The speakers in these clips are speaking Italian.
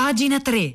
Pagina 3.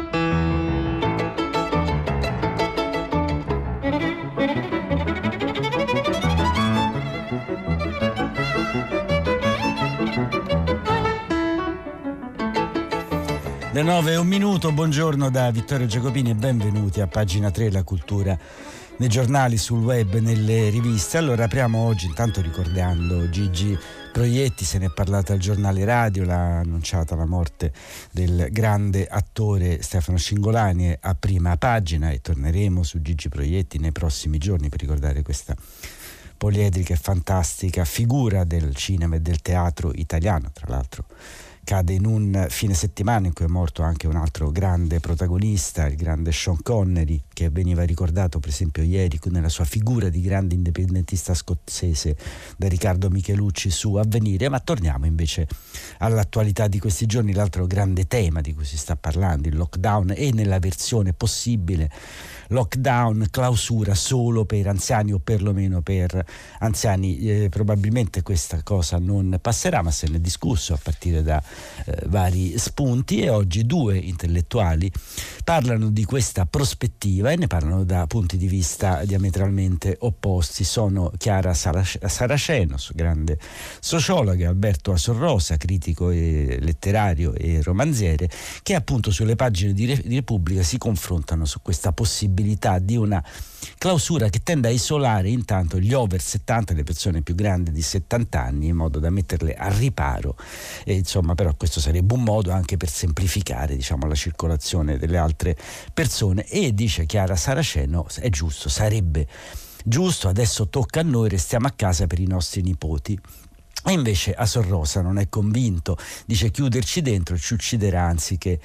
Le 9:01, buongiorno da Vittorio Giacopini e benvenuti a Pagina 3, la cultura nei giornali, sul web, nelle riviste. Allora apriamo oggi intanto ricordando Gigi Proietti. Se ne è parlato al giornale radio, l'ha annunciata la morte del grande attore Stefano Cingolani a Prima Pagina, e torneremo su Gigi Proietti nei prossimi giorni per ricordare questa poliedrica e fantastica figura del cinema e del teatro italiano. Tra l'altro cade in un fine settimana in cui è morto anche un altro grande protagonista, il grande Sean Connery, che veniva ricordato per esempio ieri nella sua figura di grande indipendentista scozzese da Riccardo Michelucci su Avvenire. Ma torniamo invece all'attualità di questi giorni, l'altro grande tema di cui si sta parlando, il lockdown, e nella versione possibile lockdown, clausura solo per anziani o perlomeno per anziani. Probabilmente questa cosa non passerà, ma se ne è discusso a partire da vari spunti, e oggi due intellettuali parlano di questa prospettiva e ne parlano da punti di vista diametralmente opposti. Sono Chiara Saraceno, grande sociologa, e Alberto Assorrosa, critico e letterario e romanziere, che appunto sulle pagine di Repubblica si confrontano su questa possibilità di una clausura che tende a isolare intanto gli over 70, le persone più grandi di 70 anni, in modo da metterle a riparo, e insomma però questo sarebbe un modo anche per semplificare, diciamo, la circolazione delle altre persone. E dice Chiara Saraceno, è giusto, sarebbe giusto, adesso tocca a noi, restiamo a casa per i nostri nipoti. E invece Assorrosa non è convinto, dice chiuderci dentro ci ucciderà anziché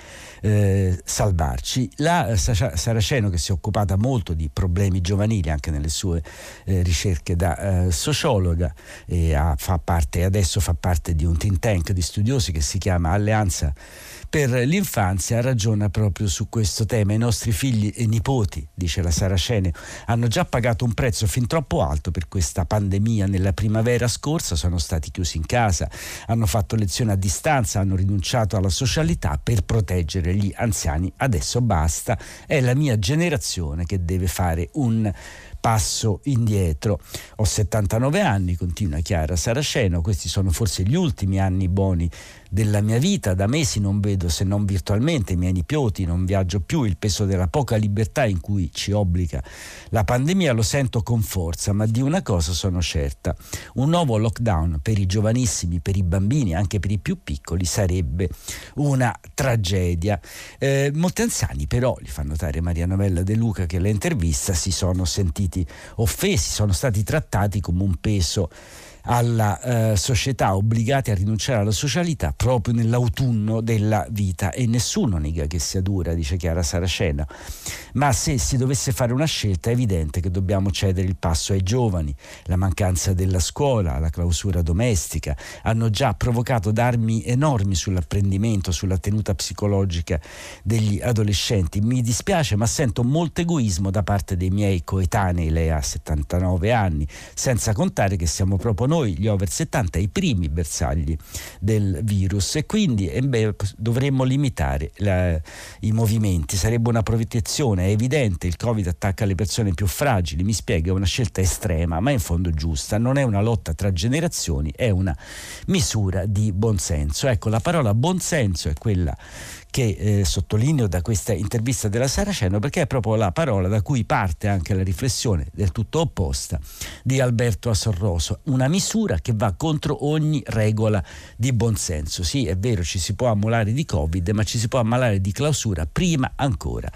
salvarci. La Saraceno, che si è occupata molto di problemi giovanili anche nelle sue ricerche da sociologa, e adesso fa parte di un think tank di studiosi che si chiama Alleanza per l'infanzia, ragiona proprio su questo tema. I nostri figli e nipoti, dice la Saraceno, hanno già pagato un prezzo fin troppo alto per questa pandemia. Nella primavera scorsa sono stati chiusi in casa, hanno fatto lezioni a distanza, hanno rinunciato alla socialità per proteggere gli anziani. Adesso basta, è la mia generazione che deve fare un passo indietro. Ho 79 anni, continua Chiara Saraceno, questi sono forse gli ultimi anni buoni della mia vita. Da mesi non vedo, se non virtualmente, i miei nipoti, non viaggio più. Il peso della poca libertà in cui ci obbliga la pandemia lo sento con forza, ma di una cosa sono certa: un nuovo lockdown per i giovanissimi, per i bambini, anche per i più piccoli, sarebbe una tragedia. Molti anziani però, li fa notare Maria Novella De Luca che la intervista, si sono sentiti offesi, sono stati trattati come un peso alla società, obbligati a rinunciare alla socialità proprio nell'autunno della vita. E nessuno nega che sia dura, dice Chiara Saraceno, ma se si dovesse fare una scelta è evidente che dobbiamo cedere il passo ai giovani. La mancanza della scuola, la clausura domestica hanno già provocato danni enormi sull'apprendimento, sulla tenuta psicologica degli adolescenti. Mi dispiace, ma sento molto egoismo da parte dei miei coetanei. Lei ha 79 anni, senza contare che siamo proprio noi, gli over 70, i primi bersagli del virus, e quindi dovremmo limitare i movimenti. Sarebbe una protezione, è evidente, il Covid attacca le persone più fragili, mi spiega, è una scelta estrema ma in fondo giusta, non è una lotta tra generazioni, è una misura di buonsenso. Ecco, la parola buonsenso è quella che sottolineo da questa intervista della Saraceno, perché è proprio la parola da cui parte anche la riflessione del tutto opposta di Alberto Assorroso, una misura che va contro ogni regola di buonsenso. Sì, è vero, ci si può ammalare di Covid, ma ci si può ammalare di clausura prima ancora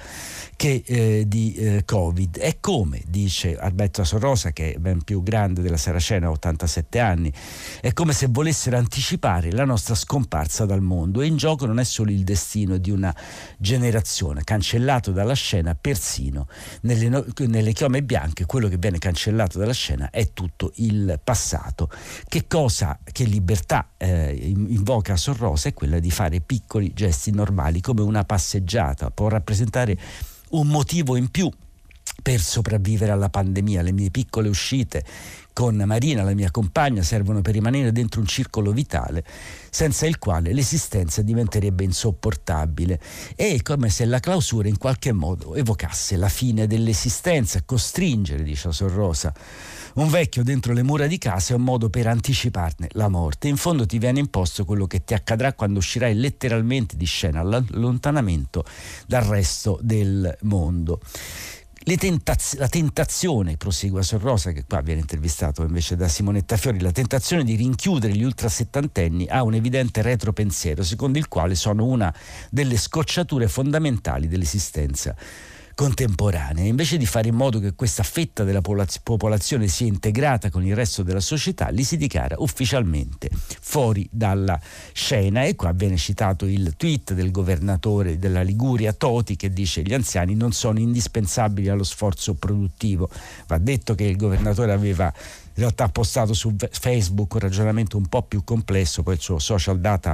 che di Covid. È come, dice Alberto Assorrosa, che è ben più grande della Saraceno, ha 87 anni, è come se volessero anticipare la nostra scomparsa dal mondo, e in gioco non è solo il destino di una generazione, cancellato dalla scena persino nelle chiome bianche. Quello che viene cancellato dalla scena è tutto il passato. Che libertà invoca Assorrosa è quella di fare piccoli gesti normali, come una passeggiata, può rappresentare un motivo in più per sopravvivere alla pandemia. Le mie piccole uscite con Marina, la mia compagna, servono per rimanere dentro un circolo vitale senza il quale l'esistenza diventerebbe insopportabile. È come se la clausura in qualche modo evocasse la fine dell'esistenza. Costringere, dice Sor Rosa, un vecchio dentro le mura di casa è un modo per anticiparne la morte. In fondo ti viene imposto quello che ti accadrà quando uscirai letteralmente di scena, allontanamento dal resto del mondo. La tentazione, prosegue Sor Rosa, che qua viene intervistato invece da Simonetta Fiori, la tentazione di rinchiudere gli ultrasettantenni ha un evidente retropensiero, secondo il quale sono una delle scocciature fondamentali dell'esistenza contemporanea. Invece di fare in modo che questa fetta della popolazione sia integrata con il resto della società, li si dichiara ufficialmente fuori dalla scena. E qua viene citato il tweet del governatore della Liguria Toti, che dice: gli anziani non sono indispensabili allo sforzo produttivo. Va detto che il governatore aveva in realtà postato su Facebook un ragionamento un po' più complesso, poi il suo social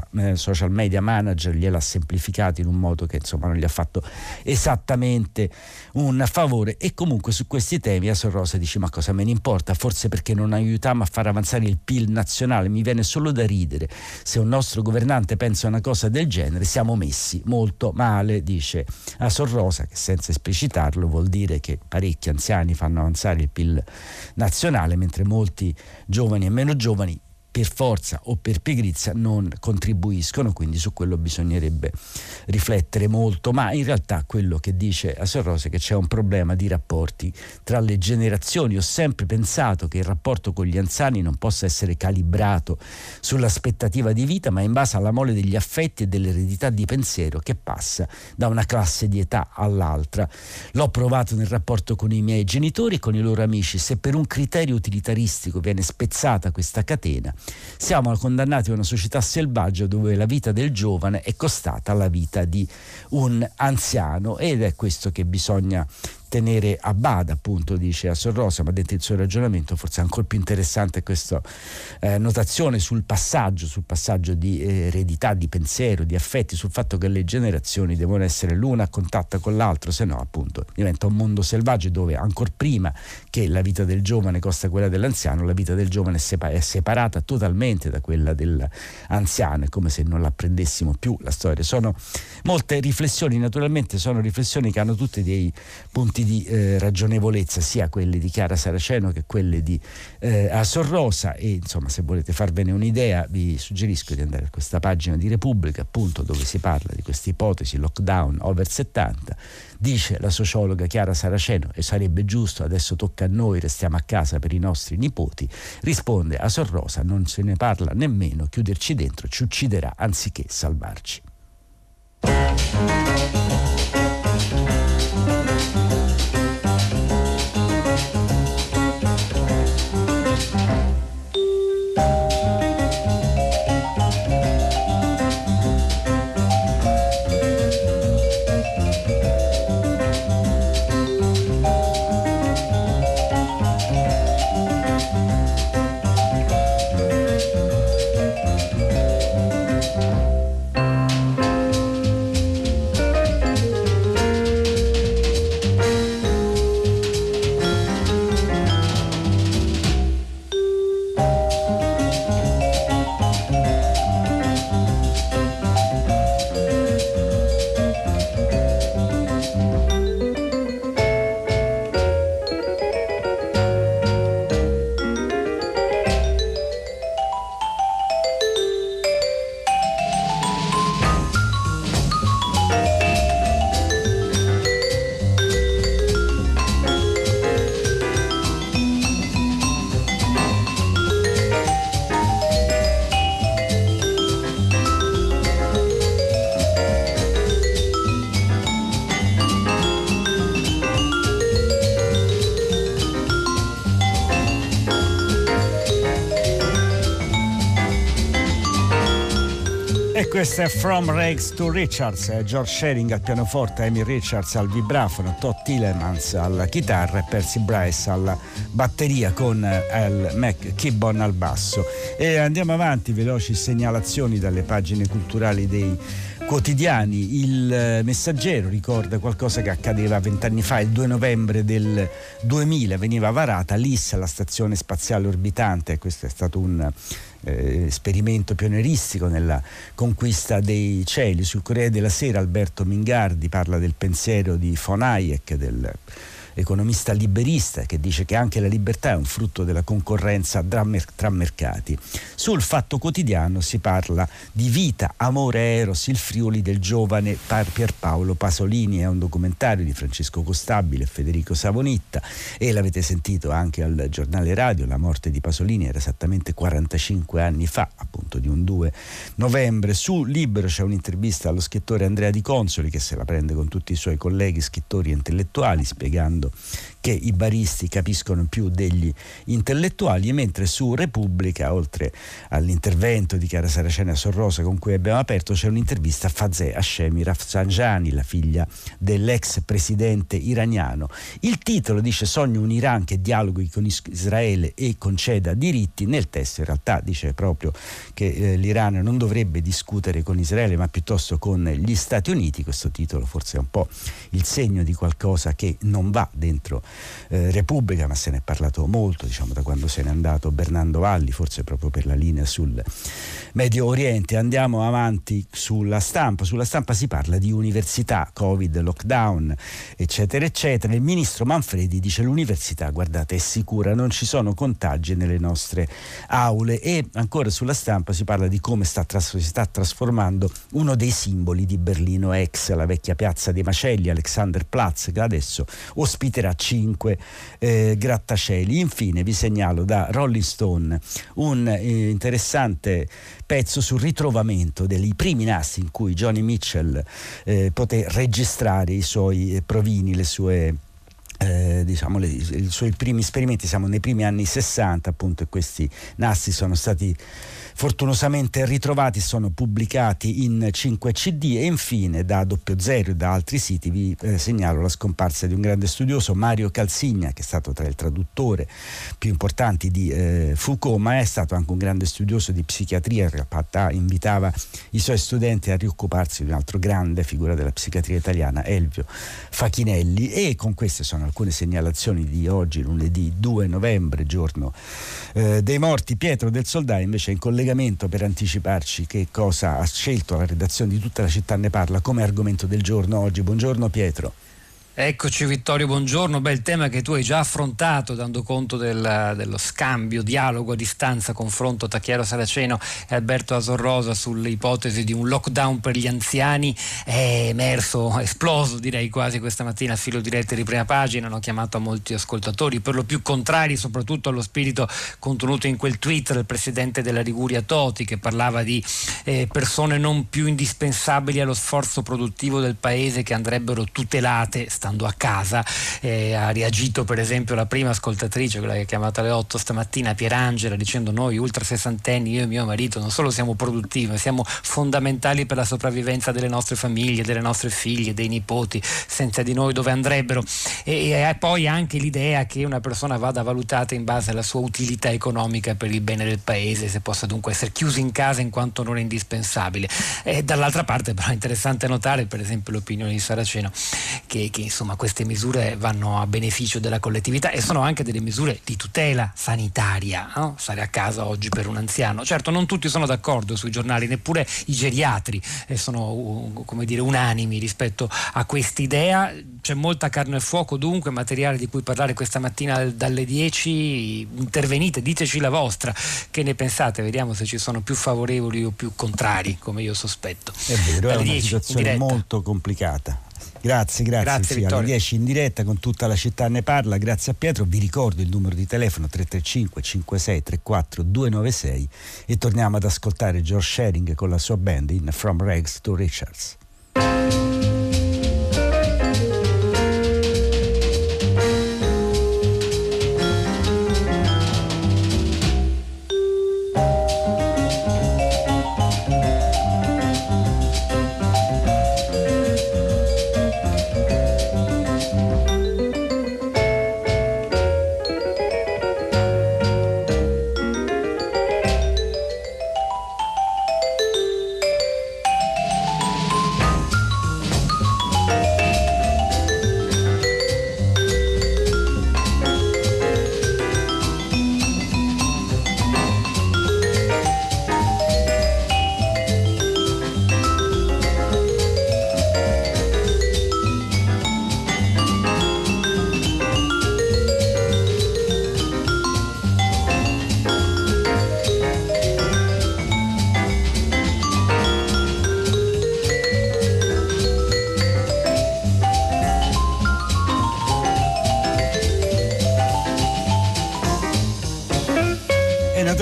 media manager gliel'ha semplificato in un modo che insomma non gli ha fatto esattamente un favore. E comunque su questi temi a Sor Rosa dice: ma cosa me ne importa, forse perché non aiutiamo a far avanzare il PIL nazionale, mi viene solo da ridere, se un nostro governante pensa una cosa del genere siamo messi molto male, dice a Sor Rosa, che senza esplicitarlo vuol dire che parecchi anziani fanno avanzare il PIL nazionale, mentre molti giovani e meno giovani per forza o per pigrizia non contribuiscono. Quindi su quello bisognerebbe riflettere molto, ma in realtà quello che dice a Sor Rosa è che c'è un problema di rapporti tra le generazioni. Ho sempre pensato che il rapporto con gli anziani non possa essere calibrato sull'aspettativa di vita, ma in base alla mole degli affetti e dell'eredità di pensiero che passa da una classe di età all'altra. L'ho provato nel rapporto con i miei genitori e con i loro amici. Se per un criterio utilitaristico viene spezzata questa catena, siamo condannati a una società selvaggia dove la vita del giovane è costata alla vita di un anziano, ed è questo che bisogna tenere a bada, appunto, dice a Sor Rosa. Ma dentro il suo ragionamento forse ancora più interessante è questa notazione sul passaggio di eredità, di pensiero, di affetti, sul fatto che le generazioni devono essere l'una a contatto con l'altro, se no appunto diventa un mondo selvaggio dove ancor prima che la vita del giovane costa quella dell'anziano, la vita del giovane è separata totalmente da quella dell'anziano, è come se non l'apprendessimo più la storia. Sono molte riflessioni, naturalmente sono riflessioni che hanno tutti dei punti di ragionevolezza, sia quelle di Chiara Saraceno che quelle di Sor Rosa. E insomma, se volete farvene un'idea, vi suggerisco di andare a questa pagina di Repubblica, appunto, dove si parla di questa ipotesi lockdown over 70. Dice la sociologa Chiara Saraceno: e sarebbe giusto, adesso tocca a noi, restiamo a casa per i nostri nipoti. Risponde a Sor Rosa: non se ne parla nemmeno, chiuderci dentro ci ucciderà anziché salvarci. Questo è From Rags to Richards, George Shearing al pianoforte, Amy Richards al vibrafono, Todd Tillemans alla chitarra e Percy Bryce alla batteria con Al McKibbon al basso. E andiamo avanti, veloci segnalazioni dalle pagine culturali dei quotidiani. Il Messaggero ricorda qualcosa che accadeva 20 anni fa, il 2 novembre del 2000 veniva varata l'ISS, la stazione spaziale orbitante. Questo è stato un esperimento pionieristico nella conquista dei cieli. Sul Corriere della Sera Alberto Mingardi parla del pensiero di von Hayek, del economista liberista, che dice che anche la libertà è un frutto della concorrenza tra mercati. Sul Fatto Quotidiano si parla di Vita, amore, eros, il Friuli del giovane Pierpaolo Pasolini. È un documentario di Francesco Costabile e Federico Savonitta, e l'avete sentito anche al giornale radio. La morte di Pasolini era esattamente 45 anni fa, appunto di un 2 novembre. Su Libero c'è un'intervista allo scrittore Andrea Di Consoli, che se la prende con tutti i suoi colleghi scrittori e intellettuali, spiegando che i baristi capiscono più degli intellettuali. E mentre su Repubblica, oltre all'intervento di Chiara Saraceni a Sorrosa con cui abbiamo aperto, c'è un'intervista a Fazeh Hashemi Rafsanjani, la figlia dell'ex presidente iraniano. Il titolo dice: sogno un Iran che dialoghi con Israele e conceda diritti. Nel testo in realtà dice proprio che l'Iran non dovrebbe discutere con Israele ma piuttosto con gli Stati Uniti. Questo titolo forse è un po' il segno di qualcosa che non va dentro Repubblica, ma se ne è parlato molto, diciamo, da quando se n'è andato Bernardo Valli, forse proprio per la linea sul Medio Oriente. Andiamo avanti sulla Stampa. Sulla Stampa si parla di università, Covid, lockdown, eccetera eccetera. Il ministro Manfredi dice: l'università, guardate, è sicura, non ci sono contagi nelle nostre aule. E ancora sulla Stampa si parla di come si sta trasformando uno dei simboli di Berlino, ex la vecchia piazza dei Macelli, Alexanderplatz, che adesso ospiterà 5 grattacieli. Infine vi segnalo da Rolling Stone un interessante pezzo sul ritrovamento dei primi nastri in cui Joni Mitchell poté registrare i suoi provini, le sue i suoi primi esperimenti. Siamo nei primi anni 60, appunto, e questi nastri sono stati fortunosamente ritrovati, sono pubblicati in 5 CD. E infine da Doppio Zero e da altri siti vi segnalo la scomparsa di un grande studioso, Mario Calzigna, che è stato tra i traduttori più importanti di Foucault, ma è stato anche un grande studioso di psichiatria. In realtà invitava i suoi studenti a rioccuparsi di un altro grande figura della psichiatria italiana, Elvio Fachinelli. E con queste sono alcune segnalazioni di oggi, lunedì 2 novembre, giorno dei morti. Pietro del Soldai invece è in collegamento per anticiparci che cosa ha scelto la redazione di Tutta la città ne parla come argomento del giorno oggi. Buongiorno Pietro. Eccoci Vittorio, buongiorno. Il tema che tu hai già affrontato, dando conto dello scambio, dialogo a distanza, confronto tra Chiara Saraceno e Alberto Asorrosa sull'ipotesi di un lockdown per gli anziani, è emerso, esploso direi quasi questa mattina a filo diretto di prima pagina. Hanno chiamato a molti ascoltatori, per lo più contrari soprattutto allo spirito contenuto in quel tweet del presidente della Liguria Toti, che parlava di persone non più indispensabili allo sforzo produttivo del paese, che andrebbero tutelate stando a casa. Ha reagito per esempio la prima ascoltatrice, quella che ha chiamato alle 8 stamattina, Pierangela, dicendo: noi ultra sessantenni, io e mio marito, non solo siamo produttivi, ma siamo fondamentali per la sopravvivenza delle nostre famiglie, delle nostre figlie, dei nipoti. Senza di noi dove andrebbero? E poi anche l'idea che una persona vada valutata in base alla sua utilità economica per il bene del paese, se possa dunque essere chiuso in casa in quanto non è indispensabile. Dall'altra parte però è interessante notare per esempio l'opinione di Saraceno che insomma queste misure vanno a beneficio della collettività e sono anche delle misure di tutela sanitaria, no? Stare a casa oggi per un anziano. Certo, non tutti sono d'accordo sui giornali, neppure i geriatri sono unanimi rispetto a quest'idea. C'è molta carne al fuoco, dunque materiale di cui parlare questa mattina dalle 10. Intervenite, diteci la vostra, che ne pensate, vediamo se ci sono più favorevoli o più contrari, come io sospetto. È vero, è una situazione molto complicata. Grazie sì, alle 10 in diretta con Tutta la città ne parla. Grazie a Pietro. Vi ricordo il numero di telefono 335 56 34 296 e torniamo ad ascoltare George Shearing con la sua band in From Rags to Riches.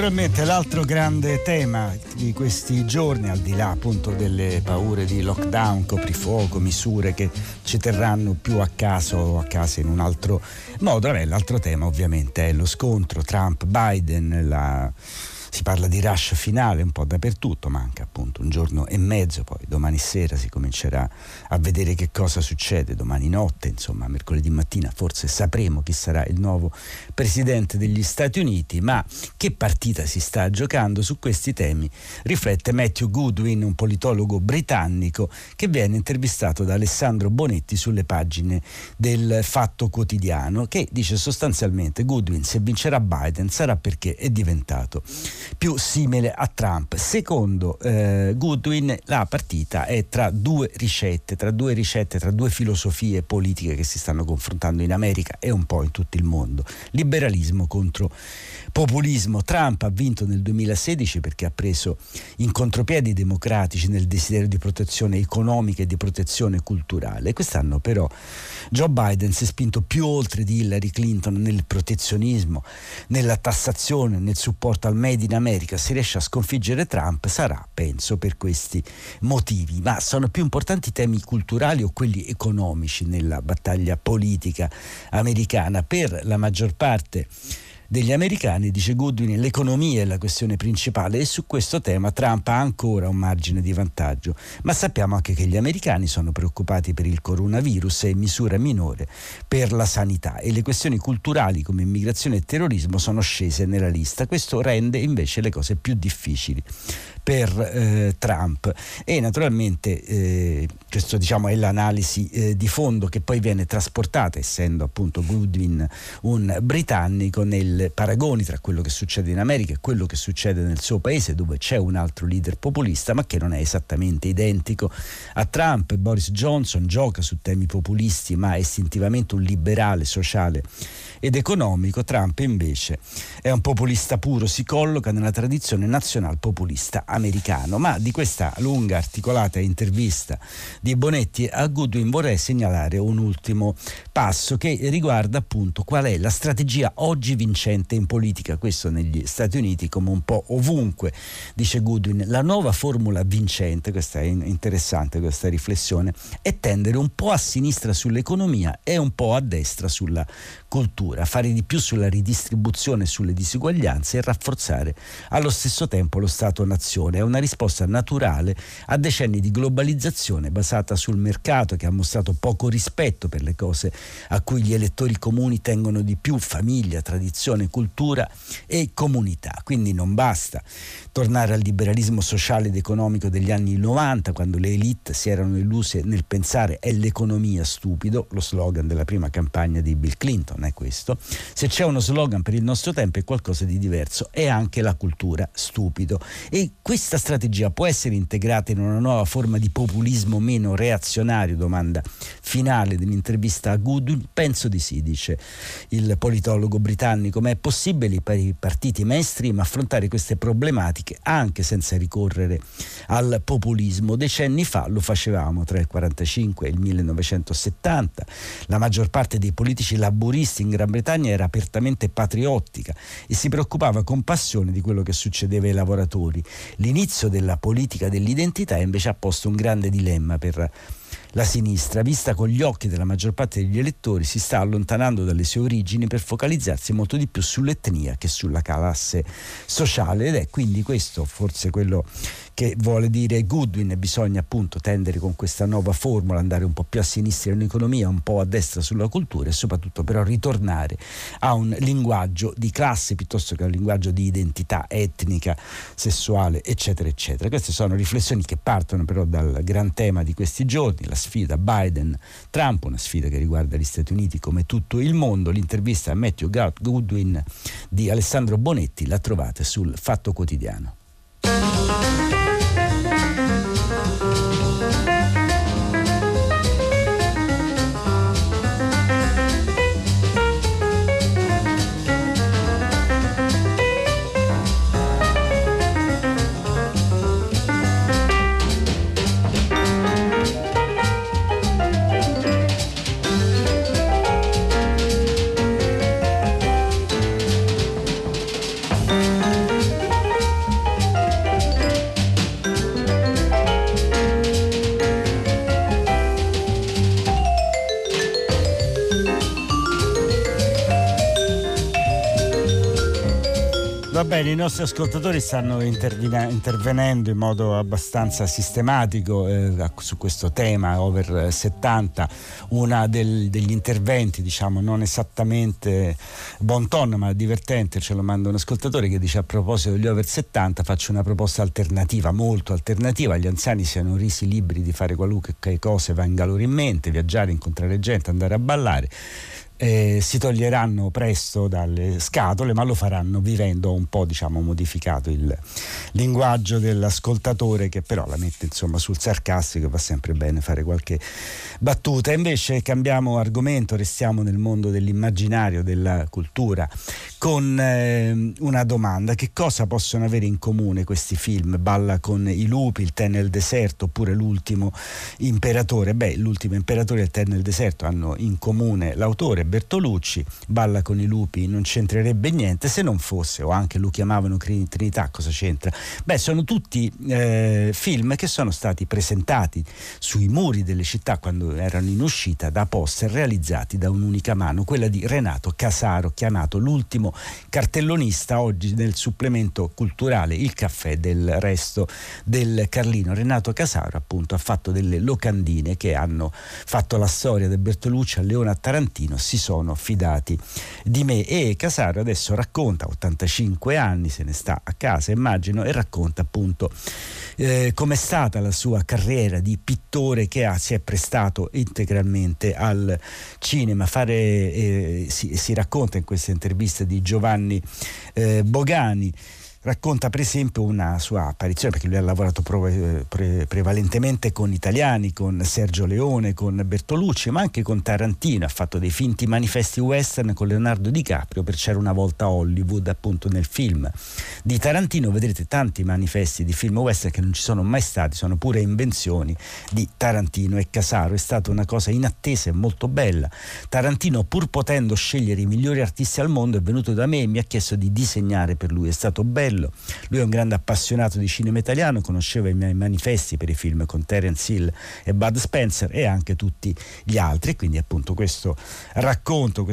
naturalmente l'altro grande tema di questi giorni, al di là appunto delle paure di lockdown, coprifuoco, misure che ci terranno più a casa o a casa in un altro modo, l'altro tema ovviamente è lo scontro Trump-Biden, si parla di rush finale un po' dappertutto, manca appunto un giorno e mezzo, poi domani sera si comincerà a vedere che cosa succede, domani notte, insomma mercoledì mattina forse sapremo chi sarà il nuovo presidente degli Stati Uniti, ma che partita si sta giocando? Su questi temi riflette Matthew Goodwin, un politologo britannico che viene intervistato da Alessandro Bonetti sulle pagine del Fatto Quotidiano, che dice sostanzialmente: Goodwin, se vincerà Biden sarà perché è diventato più simile a Trump. Secondo Goodwin la partita è tra due ricette, tra due filosofie politiche che si stanno confrontando in America e un po' in tutto il mondo: liberalismo contro populismo. Trump ha vinto nel 2016 perché ha preso in contropiede i democratici nel desiderio di protezione economica e di protezione culturale. Quest'anno però Joe Biden si è spinto più oltre di Hillary Clinton nel protezionismo, nella tassazione, nel supporto al Made in America. Se riesce a sconfiggere Trump sarà, penso, per questi motivi. Ma sono più importanti i temi culturali o quelli economici nella battaglia politica americana? Per la maggior parte degli americani, dice Goodwin, l'economia è la questione principale e su questo tema Trump ha ancora un margine di vantaggio, ma sappiamo anche che gli americani sono preoccupati per il coronavirus e in misura minore per la sanità, e le questioni culturali come immigrazione e terrorismo sono scese nella lista. Questo rende invece le cose più difficili per Trump, e naturalmente questo diciamo è l'analisi di fondo che poi viene trasportata, essendo appunto Goodwin un britannico, nel paragoni tra quello che succede in America e quello che succede nel suo paese, dove c'è un altro leader populista ma che non è esattamente identico a Trump. Boris Johnson gioca su temi populisti ma è istintivamente un liberale sociale ed economico. Trump invece è un populista puro, si colloca nella tradizione nazional populista americano. Ma di questa lunga articolata intervista di Bonetti a Goodwin vorrei segnalare un ultimo passo che riguarda appunto qual è la strategia oggi vincente in politica, questo negli Stati Uniti come un po' ovunque. Dice Goodwin, la nuova formula vincente, questa è interessante questa riflessione, è tendere un po' a sinistra sull'economia e un po' a destra sulla cultura, fare di più sulla ridistribuzione, sulle disuguaglianze e rafforzare allo stesso tempo lo Stato-nazione. È una risposta naturale a decenni di globalizzazione basata sul mercato, che ha mostrato poco rispetto per le cose a cui gli elettori comuni tengono di più: famiglia, tradizione, cultura e comunità. Quindi non basta tornare al liberalismo sociale ed economico degli anni 90, quando le elite si erano illuse nel pensare è l'economia stupido, lo slogan della prima campagna di Bill Clinton è questo. Se c'è uno slogan per il nostro tempo è qualcosa di diverso, è anche la cultura stupido, e questa strategia può essere integrata in una nuova forma di populismo meno reazionario? Domanda finale dell'intervista a Goodwin. Penso di sì, dice il politologo britannico, ma è possibile per i partiti mainstream affrontare queste problematiche anche senza ricorrere al populismo? Decenni fa lo facevamo, tra il 1945 e il 1970. La maggior parte dei politici laburisti in Gran Bretagna era apertamente patriottica e si preoccupava con passione di quello che succedeva ai lavoratori. L'inizio della politica dell'identità invece ha posto un grande dilemma per la sinistra. Vista con gli occhi della maggior parte degli elettori, si sta allontanando dalle sue origini per focalizzarsi molto di più sull'etnia che sulla classe sociale, ed è quindi questo forse quello che vuole dire Goodwin. Bisogna appunto tendere con questa nuova formula, andare un po' più a sinistra in economia, un po' a destra sulla cultura, e soprattutto però ritornare a un linguaggio di classe piuttosto che a un linguaggio di identità etnica, sessuale, eccetera eccetera. Queste sono riflessioni che partono però dal gran tema di questi giorni, la sfida Biden-Trump, una sfida che riguarda gli Stati Uniti come tutto il mondo. L'intervista a Matthew Goodwin di Alessandro Bonetti la trovate sul Fatto Quotidiano. Va bene, i nostri ascoltatori stanno intervenendo in modo abbastanza sistematico su questo tema over 70. Una degli interventi, diciamo, non esattamente bon ton ma divertente, ce lo manda un ascoltatore che dice: a proposito degli over 70 faccio una proposta alternativa, molto alternativa. Gli anziani siano resi liberi di fare qualunque cosa venga loro in mente, viaggiare, incontrare gente, andare a ballare. Si toglieranno presto dalle scatole, ma lo faranno vivendo. Un po', diciamo, modificato il linguaggio dell'ascoltatore, che però la mette insomma sul sarcastico. Va sempre bene fare qualche battuta. Invece cambiamo argomento, restiamo nel mondo dell'immaginario, della cultura, con una domanda: che cosa possono avere in comune questi film? Balla con i lupi, Il tè nel deserto, oppure L'ultimo imperatore? L'Ultimo imperatore e Il tè nel deserto hanno in comune l'autore Bertolucci. Balla con i lupi non c'entrerebbe niente se non fosse, o anche lo chiamavano Trinità, cosa c'entra? Sono tutti film che sono stati presentati sui muri delle città quando erano in uscita da poster realizzati da un'unica mano, quella di Renato Casaro, chiamato l'ultimo cartellonista, oggi nel supplemento culturale Il Caffè del Resto del Carlino. Renato Casaro appunto ha fatto delle locandine che hanno fatto la storia del Bertolucci a Leone, a Tarantino, si sono fidati di me. E Casaro adesso racconta, 85 anni, se ne sta a casa immagino, e racconta appunto com'è stata la sua carriera di pittore, che si è prestato integralmente al cinema. Si racconta in questa intervista di Giovanni Bogani. Racconta per esempio una sua apparizione, perché lui ha lavorato prevalentemente con italiani, con Sergio Leone, con Bertolucci, ma anche con Tarantino. Ha fatto dei finti manifesti western con Leonardo DiCaprio per C'era una volta Hollywood, appunto nel film di Tarantino. Vedrete tanti manifesti di film western che non ci sono mai stati, sono pure invenzioni di Tarantino e Casaro. È stata una cosa inattesa e molto bella. Tarantino, pur potendo scegliere i migliori artisti al mondo, è venuto da me e mi ha chiesto di disegnare per lui. È stato bello. Lui è un grande appassionato di cinema italiano, conosceva i miei manifesti per i film con Terence Hill e Bud Spencer e anche tutti gli altri. E quindi appunto questo racconto,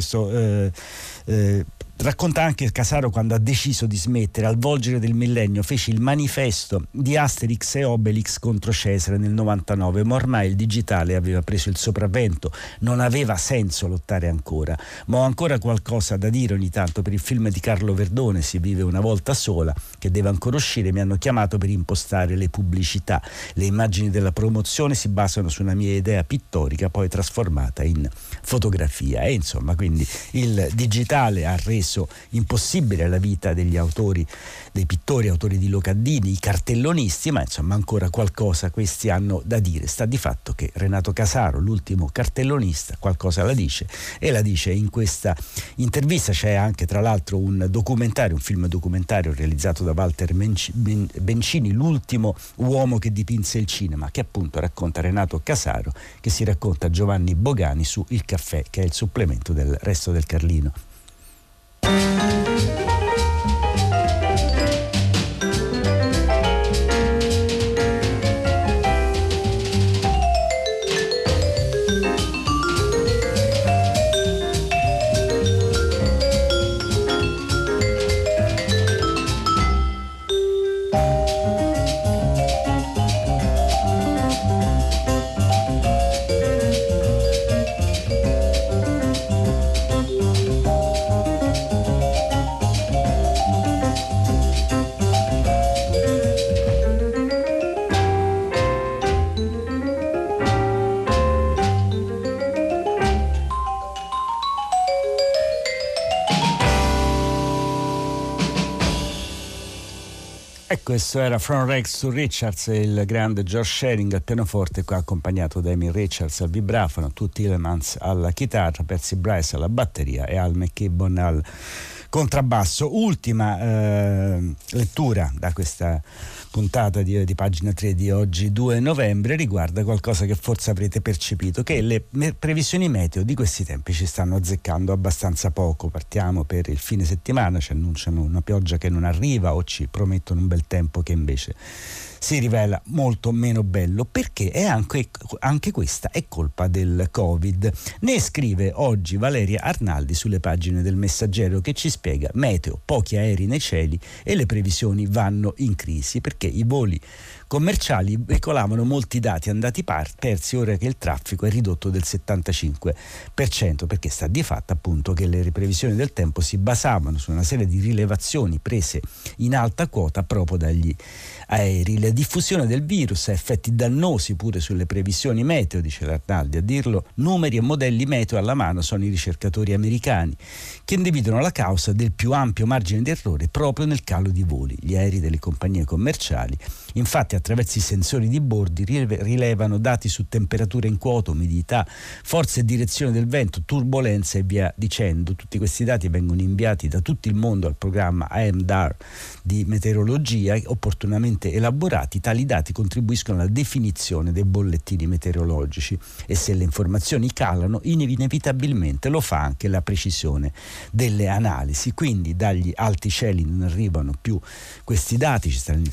racconta anche Casaro quando ha deciso di smettere. Al volgere del millennio fece il manifesto di Asterix e Obelix contro Cesare nel 99, ma ormai il digitale aveva preso il sopravvento, non aveva senso lottare ancora. Ma ho ancora qualcosa da dire ogni tanto. Per il film di Carlo Verdone, Si vive una volta sola, che deve ancora uscire, mi hanno chiamato per impostare le pubblicità. Le immagini della promozione si basano su una mia idea pittorica poi trasformata in fotografia. E insomma, quindi il digitale ha reso impossibile la vita degli autori, dei pittori, autori di locandini, i cartellonisti, ma insomma ancora qualcosa questi hanno da dire. Sta di fatto che Renato Casaro, l'ultimo cartellonista, qualcosa la dice, e la dice in questa intervista. C'è anche tra l'altro un film documentario realizzato da Walter Bencini, L'ultimo uomo che dipinse il cinema, che appunto racconta Renato Casaro, che si racconta Giovanni Bogani su Il Caffè, che è il supplemento del Resto del Carlino. Questo era From Rex to Richards, il grande George Shearing al pianoforte, qua accompagnato da Emil Richards al vibrafono, tutti Elements alla chitarra, Percy Bryce alla batteria e Al McKibbon al contrabbasso. Ultima lettura da questa puntata di pagina 3 di oggi 2 novembre riguarda qualcosa che forse avrete percepito, che le previsioni meteo di questi tempi ci stanno azzeccando abbastanza poco. Partiamo per il fine settimana, ci annunciano una pioggia che non arriva o ci promettono un bel tempo che invece si rivela molto meno bello, perché è anche questa è colpa del Covid. Ne scrive oggi Valeria Arnaldi sulle pagine del Messaggero, che ci spiega: meteo, pochi aerei nei cieli e le previsioni vanno in crisi, perché i voli commerciali veicolavano molti dati andati persi ora che il traffico è ridotto del 75%, perché sta di fatto appunto che le previsioni del tempo si basavano su una serie di rilevazioni prese in alta quota proprio dagli aerei. La diffusione del virus ha effetti dannosi pure sulle previsioni meteo, dice Arnaldi. A dirlo, numeri e modelli meteo alla mano sono i ricercatori americani, che individuano la causa del più ampio margine di errore proprio nel calo di voli. Gli aerei delle compagnie commerciali, infatti, attraverso i sensori di bordi rilevano dati su temperatura in quota, umidità, forza e direzione del vento, turbolenza e via dicendo. Tutti questi dati vengono inviati da tutto il mondo al programma AMDAR di meteorologia, opportunamente elaborati. Tali dati contribuiscono alla definizione dei bollettini meteorologici, e se le informazioni calano, inevitabilmente lo fa anche la precisione delle analisi. Quindi dagli alti cieli non arrivano più questi dati, ci sta il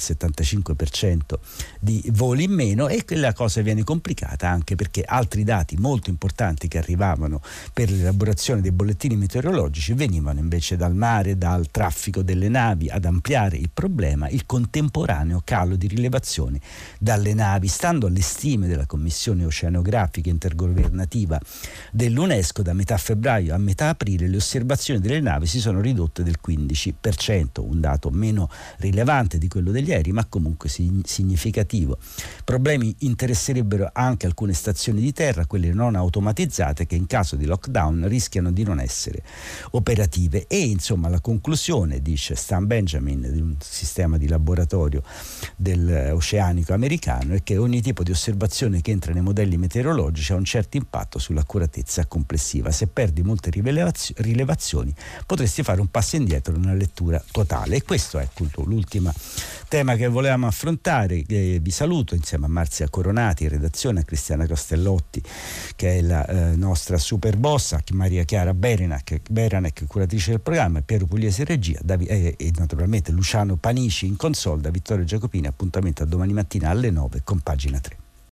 75% di voli in meno, e la cosa viene complicata anche perché altri dati molto importanti che arrivavano per l'elaborazione dei bollettini meteorologici venivano invece dal mare, dal traffico delle navi. Ad ampliare il problema, il contemporaneo calo di rilevazioni dalle navi. Stando alle stime della Commissione Oceanografica Intergovernativa dell'UNESCO, da metà febbraio a metà aprile le osservazioni delle navi si sono ridotte del 15%, un dato meno rilevante di quello degli aerei, ma comunque significativo. Problemi interesserebbero anche alcune stazioni di terra, quelle non automatizzate, che in caso di lockdown rischiano di non essere operative. E insomma la conclusione, dice Stan Benjamin, di un sistema di laboratorio dell'oceanico americano, è che ogni tipo di osservazione che entra nei modelli meteorologici ha un certo impatto sull'accuratezza complessiva. Se perdi molte rilevazioni potresti fare un passo indietro nella lettura totale. E questo è appunto l'ultimo tema che volevamo affrontare. Vi saluto insieme a Marzia Coronati in redazione, a Cristiana Castellotti che è la nostra super boss, a Maria Chiara Beranec, curatrice del programma, Piero Pugliese in regia, e naturalmente Luciano Panici in console. Da Vittorio Giacopini, appuntamento a domani mattina alle 9 con pagina 3.